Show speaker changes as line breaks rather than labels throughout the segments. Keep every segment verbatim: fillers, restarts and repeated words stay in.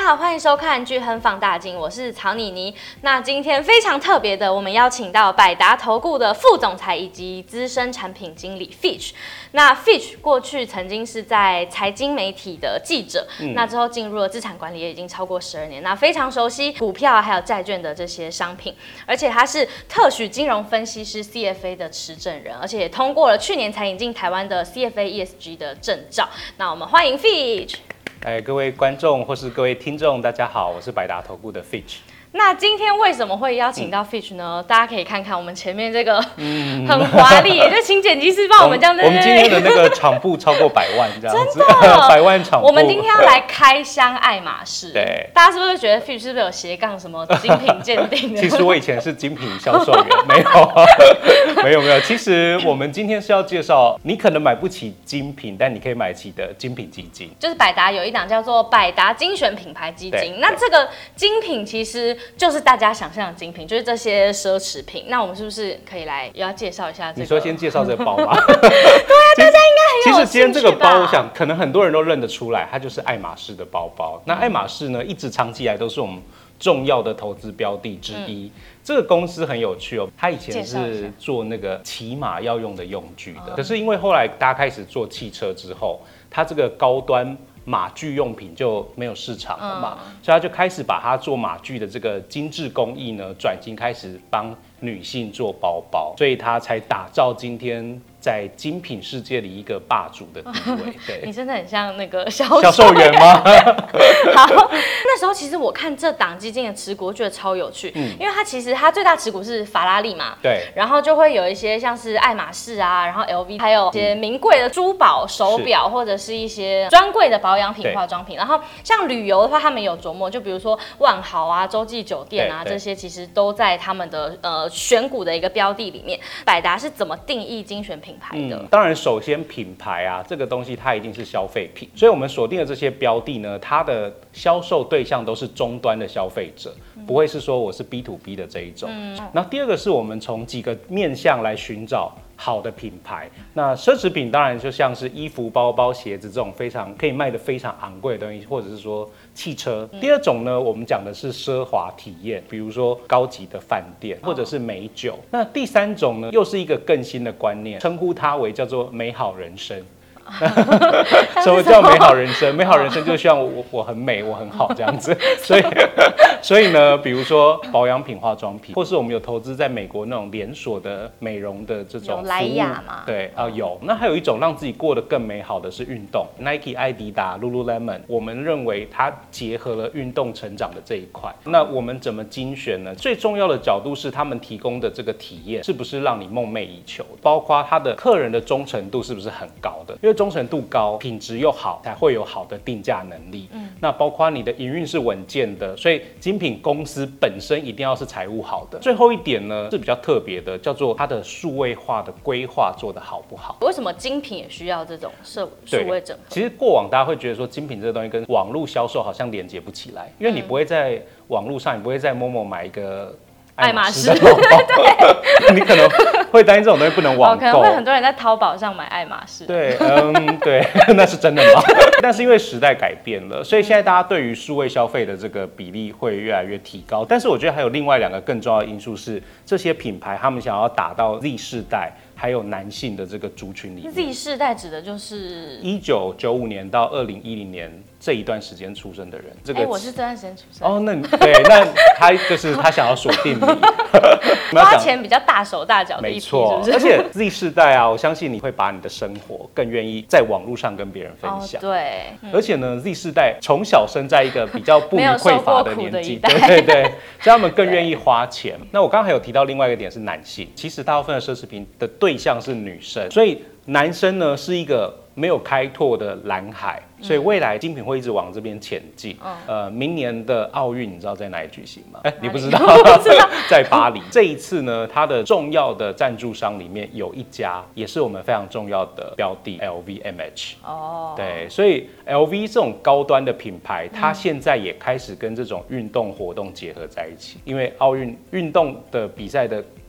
好，欢迎收看《钜亨放大镜》，我是曹妮妮。那今天非常特别的，我们邀请到百达投顾的副总裁以及资深产品经理 Fitch。那 Fitch 过去曾经是在财经媒体的记者，嗯、那之后进入了资产管理业，已经超过十二年，那非常熟悉股票还有债券的这些商品，而且他是特许金融分析师 C F A 的持证人，而且也通过了去年才引进台湾的 C F A E S G 的证照。那我们欢迎 Fitch。
哎，各位观众或是各位听众，大家好，我是百达投顾的 Fitch。
那今天为什么会邀请到 Fitch 呢？嗯、大家可以看看我们前面这个很华丽，嗯、就请剪辑师帮我们这样子。
我们今天的那个场部超过百万这样子，
真的
百万场部。
我们今天要来开箱爱马仕。
对，
大家是不是觉得 Fitch 是不是有斜杠什么精品鉴定的？
其实我以前是精品销售员，没有，没有没有。其实我们今天是要介绍，你可能买不起精品，但你可以买起的精品基金。
就是百达有一档叫做百达精选品牌基金，那这个精品其实就是大家想象的精品，就是这些奢侈品。那我们是不是可以来也要介绍一下这个？
你说先介绍这个包吗？
对啊，大家应该很有兴趣吧。
其实今天这个包，我想可能很多人都认得出来，它就是爱马仕的包包。那爱马仕呢，一直长期以来都是我们重要的投资标的之一。嗯、这个公司很有趣哦，它以前是做那个骑马要用的用具的，可是因为后来大家开始做汽车之后，它这个高端马具用品就没有市场了嘛，嗯、所以他就开始把它做马具的这个精致工艺呢，转型开始帮女性做包包，所以他才打造今天在精品世界里一个霸主的地位。对，
你真的很像那个销
销售员吗？
好，那时候其实我看这档基金的持股，我觉得超有趣，嗯、因为它其实它最大持股是法拉利嘛，
对，
然后就会有一些像是爱马仕啊，然后 L V， 还有一些名贵的珠宝、手表，或者是一些专柜的保养品、化妆品。然后像旅游的话，他们有琢磨，就比如说万豪啊、洲际酒店啊，这些其实都在他们的呃选股的一个标的里面。百达是怎么定义精选品牌的？
嗯、当然，首先品牌啊，这个东西它一定是消费品，所以我们锁定的这些标的呢，它的销售对象都是终端的消费者，不会是说我是 B to B 的这一种。嗯、然后第二个是我们从几个面向来寻找好的品牌。那奢侈品当然就像是衣服、包包、鞋子这种非常可以卖得非常昂贵的东西，或者是说汽车。嗯、第二种呢，我们讲的是奢华体验，比如说高级的饭店或者是美酒。那第三种呢，又是一个更新的观念，称呼它为叫做美好人生。什么叫美好人生？美好人生就希望我我很美，我很好这样子。所以所以呢，比如说保养品、化妆品，或是我们有投资在美国那种连锁的美容的这种服务，
有莱雅嘛？
对啊、呃，有。那还有一种让自己过得更美好的是运动 ，Nike、艾迪达、Lululemon， 我们认为它结合了运动成长的这一块。那我们怎么精选呢？最重要的角度是他们提供的这个体验是不是让你梦寐以求，包括他的客人的忠诚度是不是很高的，因为忠诚度高，品质又好，才会有好的定价能力。嗯，那包括你的营运是稳健的，所以精品公司本身一定要是财务好的。最后一点呢是比较特别的，叫做它的数位化的规划做得好不好？
为什么精品也需要这种数位整合？
其实过往大家会觉得说精品这个东西跟网络销售好像连接不起来，因为你不会在网络上，你不会在某某买一个爱马仕的包包，你可能会担心这种东西不能网购，
可能会很多人在淘宝上买爱马仕。
对，嗯，对，那是真的吗？但是因为时代改变了，所以现在大家对于数位消费的这个比例会越来越提高。但是我觉得还有另外两个更重要的因素是，这些品牌他们想要打到 Z 世代还有男性的这个族群里面。
Z 世代指的就是
一九九五年到二零一零年这一段时间出生的人。这个，
哎，我是这段时间出生。
哦，那你对，那他就是他想要锁定你，
花钱比较大手大脚的一批，
没错。而且 Z 世代啊，我相信你会把你的生活更愿意在网络上跟别人分享。
哦、对、
嗯，而且呢 ，Z 世代从小生在一个比较不虞匮乏的年纪，
对
对对，所以他们更愿意花钱。那我刚刚还有提到另外一个点是男性，其实大部分的奢侈品的对象是女生，所以男生呢是一个没有开拓的蓝海，所以未来精品会一直往这边前进。嗯、呃，明年的奥运你知道在哪里举行吗？哎、欸，你不知道？在巴黎。这一次呢，它的重要的赞助商里面有一家也是我们非常重要的标的 ，L V M H。哦，对，所以 L V 这种高端的品牌，它现在也开始跟这种运动活动结合在一起，因为奥运运动的比赛的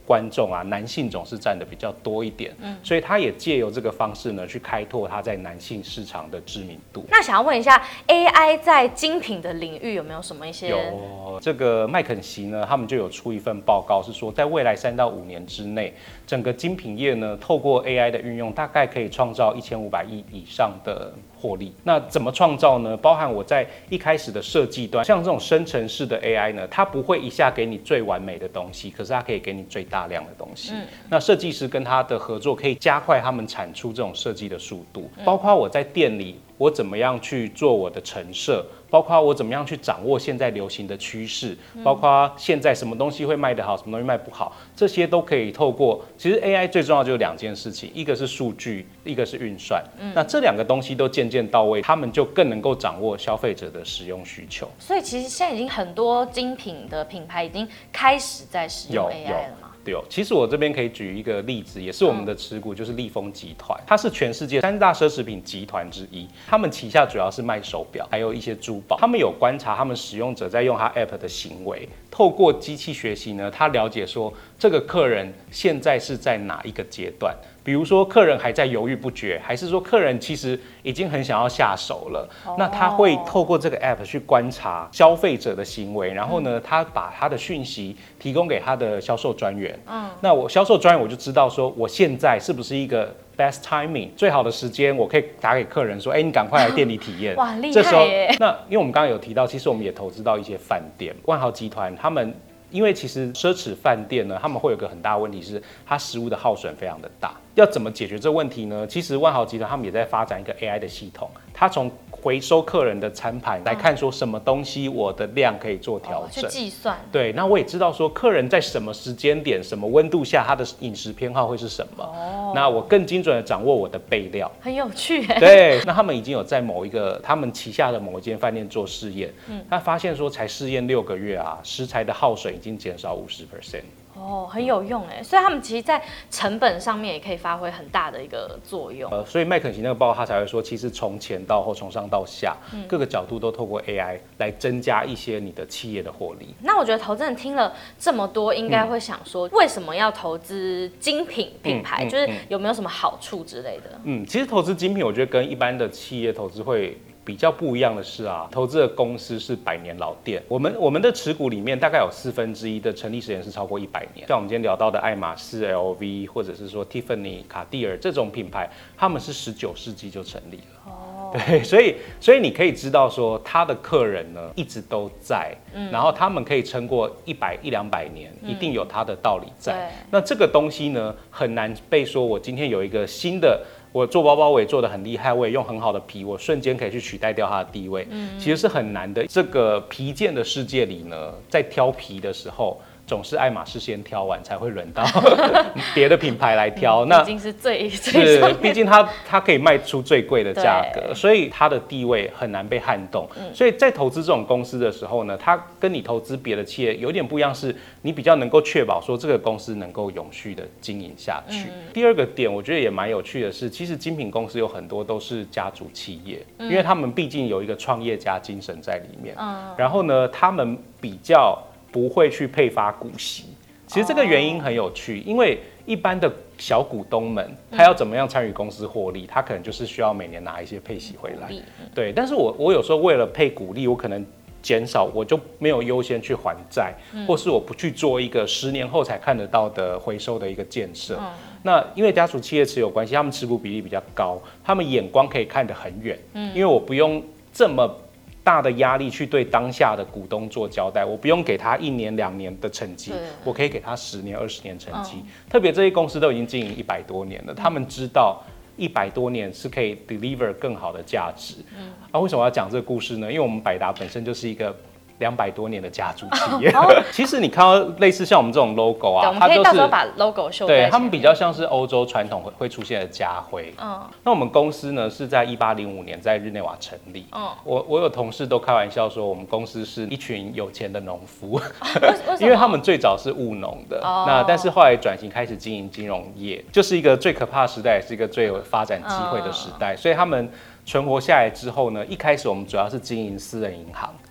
观众啊，男性总是占的比较多一点，嗯，所以他也借由这个方式呢，去开拓他在男性市场的知名度。
那想要问一下 ，A I 在精品的领域有没有什么一些？
有这个麦肯锡呢，他们就有出一份报告，是说在未来三到五年之内，整个精品业呢，透过 A I 的运用，大概可以创造一千五百亿以上的获利。那怎么创造呢？包含我在一开始的设计端，像这种生成式的 A I 呢，它不会一下给你最完美的东西，可是它可以给你最大量的东西。嗯、那设计师跟他的合作可以加快他们产出这种设计的速度，嗯、包括我在店里我怎么样去做我的陈设，包括我怎么样去掌握现在流行的趋势，嗯、包括现在什么东西会卖得好，什么东西卖不好，这些都可以透过。其实 A I 最重要就是两件事情，一个是数据，一个是运算。嗯、那这两个东西都渐渐到位，他们就更能够掌握消费者的使用需求。
所以其实现在已经很多精品的品牌已经开始在使用 A I 了嘛？
对哦，其实我这边可以举一个例子，也是我们的持股，就是利丰集团，它是全世界三大奢侈品集团之一。他们旗下主要是卖手表，还有一些珠宝。他们有观察他们使用者在用他 App 的行为，透过机器学习呢，他了解说这个客人现在是在哪一个阶段。比如说，客人还在犹豫不决，还是说客人其实已经很想要下手了？哦、那他会透过这个 app 去观察消费者的行为，然后呢，他把他的讯息提供给他的销售专员。嗯，那我销售专员我就知道说，我现在是不是一个 best timing 最好的时间，我可以打给客人说，哎、欸，你赶快来店里体验。
哇，厉害耶！
那因为我们刚刚有提到，其实我们也投资到一些饭店，万豪集团他们。因为其实奢侈饭店呢，他们会有个很大的问题是，它食物的耗损非常的大。要怎么解决这个问题呢？其实万豪集团他们也在发展一个 A I 的系统，它从回收客人的餐盘来看，说什么东西我的量可以做调整，
哦、去计算。
对，那我也知道说客人在什么时间点、什么温度下，他的饮食偏好会是什么。哦，那我更精准的掌握我的备料，
很有趣耶。
对，那他们已经有在某一个他们旗下的某一间饭店做试验，嗯，他发现说才试验六个月啊，食材的耗损已经减少五十 percent。
哦，很有用哎，所以他们其实，在成本上面也可以发挥很大的一个作用。
呃，所以麦肯锡那个报告他才会说，其实从前到后，从上到下，嗯、各个角度都透过 A I 来增加一些你的企业的获利。
那我觉得投资人听了这么多，应该会想说，为什么要投资精品品牌？嗯嗯、就是有没有什么好处之类的？
嗯，其实投资精品，我觉得跟一般的企业投资会。比较不一样的是啊，投资的公司是百年老店。我们我们的持股里面大概有四分之一的成立时间是超过一百年。像我们今天聊到的爱马仕、L V， 或者是说 Tiffany、卡地尔这种品牌，他们是十九世纪就成立了。哦，对，所以所以你可以知道说，他的客人呢一直都在，嗯、然后他们可以撑过一百一两百年，嗯、一定有它的道理在。那这个东西呢，很难被说我今天有一个新的。我做包包我也做得很厉害，我也用很好的皮，我瞬间可以去取代掉它的地位，嗯、其实是很难的。这个皮件的世界里呢，在挑皮的时候，总是爱马仕先挑完，才会轮到别的品牌来挑。
嗯、
那
毕竟是最最
是，毕竟它它可以卖出最贵的价格，所以它的地位很难被撼动。嗯、所以在投资这种公司的时候呢，它跟你投资别的企业有点不一样，是你比较能够确保说这个公司能够永续的经营下去。嗯、第二个点，我觉得也蛮有趣的是，其实精品公司有很多都是家族企业，嗯、因为他们毕竟有一个创业家精神在里面。嗯、然后呢，他们比较不会去配发股息，其实这个原因很有趣，因为一般的小股东们，他要怎么样参与公司获利，他可能就是需要每年拿一些配息回来。对，但是我我有时候为了配股利，我可能减少，我就没有优先去还债，嗯、或是我不去做一个十年后才看得到的回收的一个建设。嗯、那因为家族企业持有关系，他们持股比例比较高，他们眼光可以看得很远。嗯、因为我不用这么大的压力去对当下的股东做交代，我不用给他一年两年的成绩，我可以给他十年二十年成绩。嗯、特别这些公司都已经经营一百多年了，嗯、他们知道一百多年是可以 deliver 更好的价值。嗯、啊，为什么要讲这个故事呢？因为我们百达本身就是一个两百多年的家族企业。哦、其实你看到类似像我们这种 logo 啊，
我们可以到时候把 logo 秀在前面。
对，他们比较像是欧洲传统会出现的家徽。嗯，那我们公司呢是在一八零五年在日内瓦成立。嗯，我我有同事都开玩笑说，我们公司是一群有钱的农夫，因为他们最早是务农的，哦、那但是后来转型开始经营金融业，就是一个最可怕的时代，也是一个最有发展机会的时代，嗯、所以他们存活下来之后呢，一开始我们主要是经营私人银行。嗯。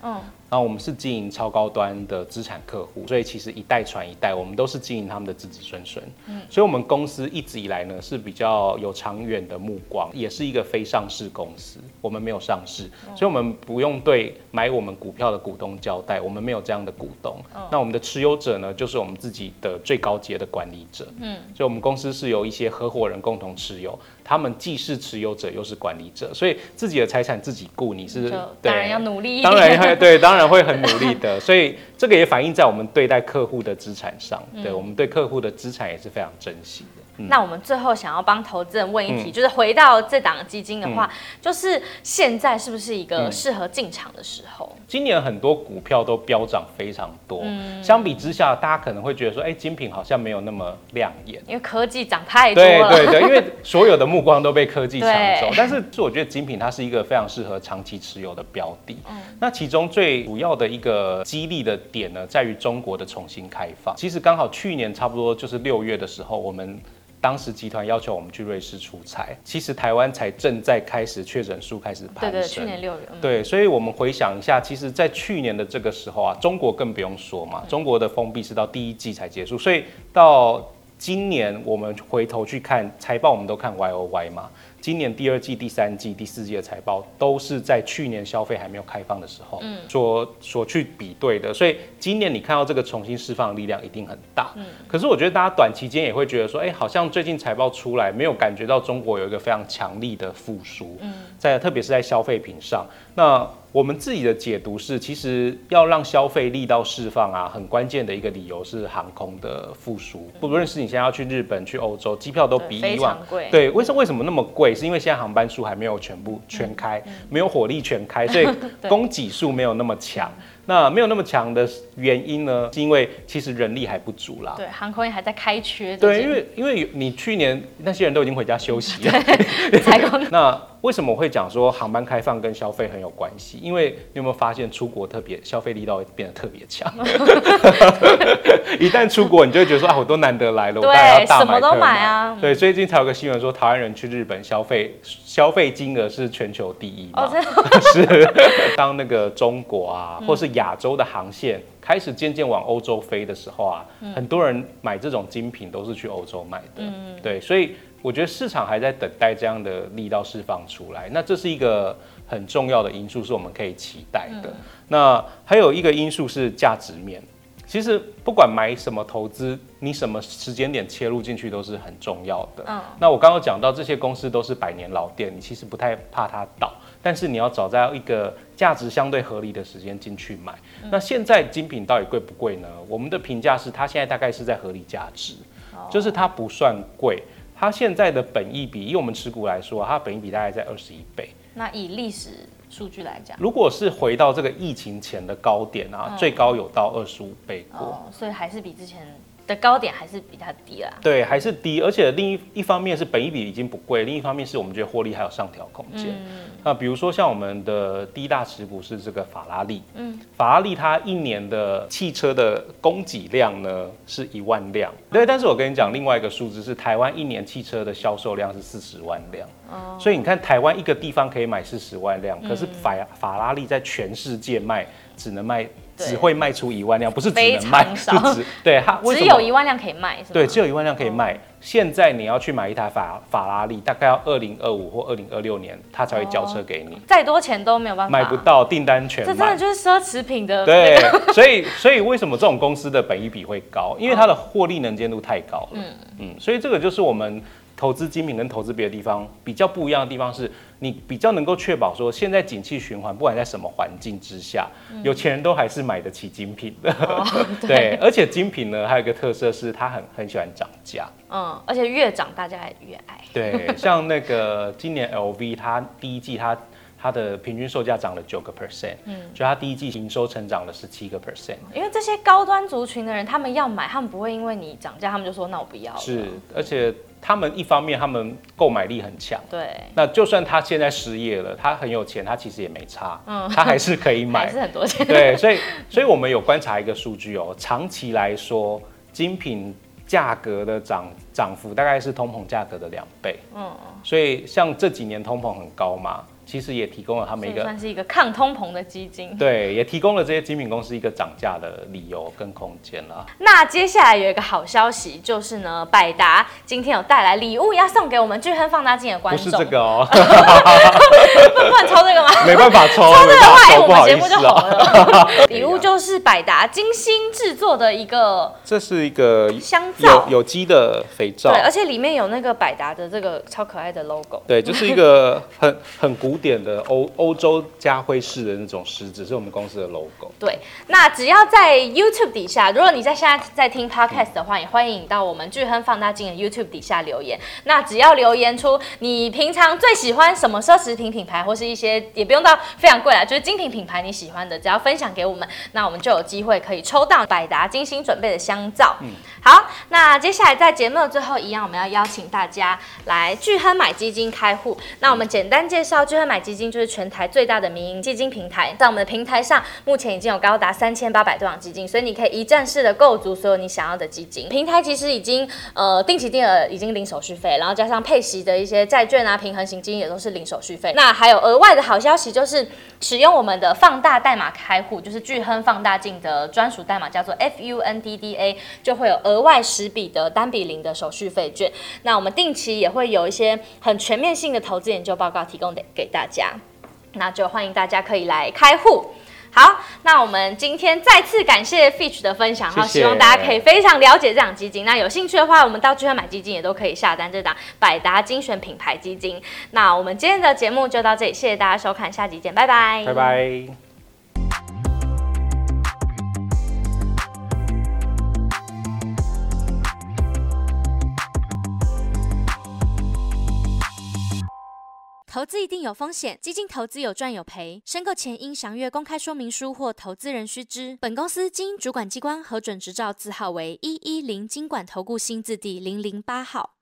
然后我们是经营超高端的资产客户，所以其实一代传一代，我们都是经营他们的子子孙孙。嗯，所以我们公司一直以来呢是比较有长远的目光，也是一个非上市公司，我们没有上市，嗯、所以我们不用对买我们股票的股东交代，我们没有这样的股东。嗯、那我们的持有者呢，就是我们自己的最高阶的管理者。嗯，所以我们公司是由一些合伙人共同持有，他们既是持有者又是管理者，所以自己的财产自己顾，你是
当然要努力一点，
当然会对，当然会很努力的，所以这个也反映在我们对待客户的资产上，嗯、对我们对客户的资产也是非常珍惜的。嗯、
那我们最后想要帮投资人问一题，嗯、就是回到这档基金的话，嗯、就是现在是不是一个适合进场的时候？嗯、
今年很多股票都飙涨非常多，嗯、相比之下，大家可能会觉得说，哎、欸，精品好像没有那么亮眼，
因为科技涨太多了。
对对对，因为所有的目光都被科技抢走。但是，我觉得精品它是一个非常适合长期持有的标的。嗯、那其中最主要的一个激励的点呢，在于中国的重新开放。其实刚好去年差不多就是六月的时候，我们当时集团要求我们去瑞士出差，其实台湾才正在开始确诊数开始攀升。
对对，去年六月。嗯、
对，所以我们回想一下，其实，在去年的这个时候啊，中国更不用说嘛，中国的封闭是到第一季才结束，所以到今年我们回头去看财报，我们都看 Y O Y 嘛。今年第二季、第三季、第四季的财报都是在去年消费还没有开放的时候，嗯，所所去比对的，所以今年你看到这个重新释放的力量一定很大。嗯，可是我觉得大家短期间也会觉得说，哎、欸，好像最近财报出来，没有感觉到中国有一个非常强力的复苏，嗯，在特别是在消费品上，那我们自己的解读是，其实要让消费力道释放啊，很关键的一个理由是航空的复苏。不论是你现在要去日本、去欧洲，机票都比以往贵。对，为什么为什么那么贵？是因为现在航班数还没有全部全开，嗯、没有火力全开，所以供给数没有那么强。那没有那么强的原因呢，是因为其实人力还不足啦。
对，航空业还在开缺。
对，因为因为你去年那些人都已经回家休息了。才那为什么我会讲说航班开放跟消费很有关系？因为你有没有发现出国特别消费力道会变得特别强？一旦出国，你就会觉得说啊，我都难得来了，我当然要大买特买。什么都买啊。对，最近才有个新闻说，台湾人去日本消费消费金额是全球第一嘛。哦，真的是。当那个中国啊，或是亚洲的航线开始渐渐往欧洲飞的时候啊，嗯、很多人买这种精品都是去欧洲买的。嗯、对，所以我觉得市场还在等待这样的力道释放出来。那这是一个很重要的因素，是我们可以期待的。嗯、那还有一个因素是价值面。其实不管买什么投资，你什么时间点切入进去都是很重要的。嗯、那我刚刚讲到这些公司都是百年老店，你其实不太怕它倒，但是你要找在一个价值相对合理的时间进去买。嗯、那现在精品到底贵不贵呢？我们的评价是它现在大概是在合理价值，哦、就是它不算贵。它现在的本益比，以我们持股来说，它的本益比大概在二十一倍。
那以历史数据来讲，
如果是回到这个疫情前的高点啊，嗯、最高有到二十五倍过，
哦，所以还是比之前的高点还是比它低啦。
对，还是低，而且另一一方面是本益比已经不贵，另一方面是我们觉得获利还有上调空间。嗯、那比如说像我们的第一大持股是这个法拉利，嗯，法拉利它一年的汽车的供给量呢是一万辆，对，但是我跟你讲另外一个数字是台湾一年汽车的销售量是四十万辆。哦、所以你看，台湾一个地方可以买四十万辆，嗯、可是法法拉利在全世界卖只能卖，只会卖出一万辆，不是只能卖，是只对它
只有一万辆可以卖，是吗？
对，只有一万辆可以卖。哦、现在你要去买一台法法拉利，大概要二零二五或二零二六年，它才会交车给你。哦、
再多钱都没有办法
买不到，订单全买。
这真的就是奢侈品的。
对，所以所以为什么这种公司的本益比会高？因为它的获利能见度太高了。嗯嗯，所以这个就是我们投资精品跟投资别的地方比较不一样的地方是，你比较能够确保说，现在景气循环，不管在什么环境之下，嗯、有钱人都还是买得起精品的。哦、对, 对，而且精品呢，还有一个特色是，它很很喜欢涨价。嗯，
而且越涨大家越爱。
对，像那个今年 L V， 它第一季它它的平均售价涨了九个 percent， 嗯，就它第一季营收成长了十七个 percent。
因为这些高端族群的人，他们要买，他们不会因为你涨价，他们就说那我不要了。
是，而且他们一方面他们购买力很强，
对，
那就算他现在失业了，他很有钱，他其实也没差，嗯，他还是可以买，
还是很多钱。
对，所以所以我们有观察一个数据哦，长期来说，精品价格的涨涨幅大概是通膨价格的两倍，嗯，所以像这几年通膨很高嘛。 其实也提供了他们一个
算是一个抗通膨的基金。
对，也提供了这些精品公司一个涨价的理由跟空间啦。
那接下来有一个好消息，就是呢，百达今天有带来礼物要送给我们钜亨放大镜的观众。
不是这个哦，
不能抽这个吗？
没办法抽，
抽这个的话，哎，我
不好意
们节目就
思
红了。礼物就是百达精心制作的一个，
这是一个
香皂，
有有机的肥皂，
对，而且里面有那个百达的这个超可爱的 logo。
对，就是一个很很古典的欧欧洲家徽式的那种狮子，是我们公司的 logo。
对，那只要在 YouTube 底下，如果你在现在在听 Podcast 的话，也欢迎到我们钜亨放大镜的 YouTube 底下留言。那只要留言出你平常最喜欢什么奢侈品品牌，或是一些也不用到非常贵啦，就是精品品牌你喜欢的，只要分享给我们，那我们就有机会可以抽到百达精心准备的香皂。嗯，好，那接下来在节目的最后一样，我们要邀请大家来钜亨买基金开户。那我们简单介绍，钜亨买基金就是全台最大的民营基金平台，在我们的平台上，目前已经有高达三千八百多档基金，所以你可以一站式的购足所有你想要的基金。平台其实已经呃定期定额已经零手续费，然后加上配息的一些债券啊、平衡型基金也都是零手续费。那还有额外的好消息就是，使用我们的放大代码开户，就是钜亨放大镜的专属代码叫做 F U N D D A， 就会有额外十笔的单笔零的手续费券。那我们定期也会有一些很全面性的投资研究报告提供给大家，那就欢迎大家可以来开户。好，那我们今天再次感谢 Fitch 的分享，然后希望大家可以非常了解这档基金。那有兴趣的话，我们到钜亨买基金也都可以下单这档百达精选品牌基金。那我们今天的节目就到这里，谢谢大家收看，下集见，拜拜，
拜拜。
投资一定有风险，基金投资有赚有赔，申购前应详阅公开说明书或投资人须知。本公司经主管机关核准执照字号为一一零金管投顾新字第零零八号。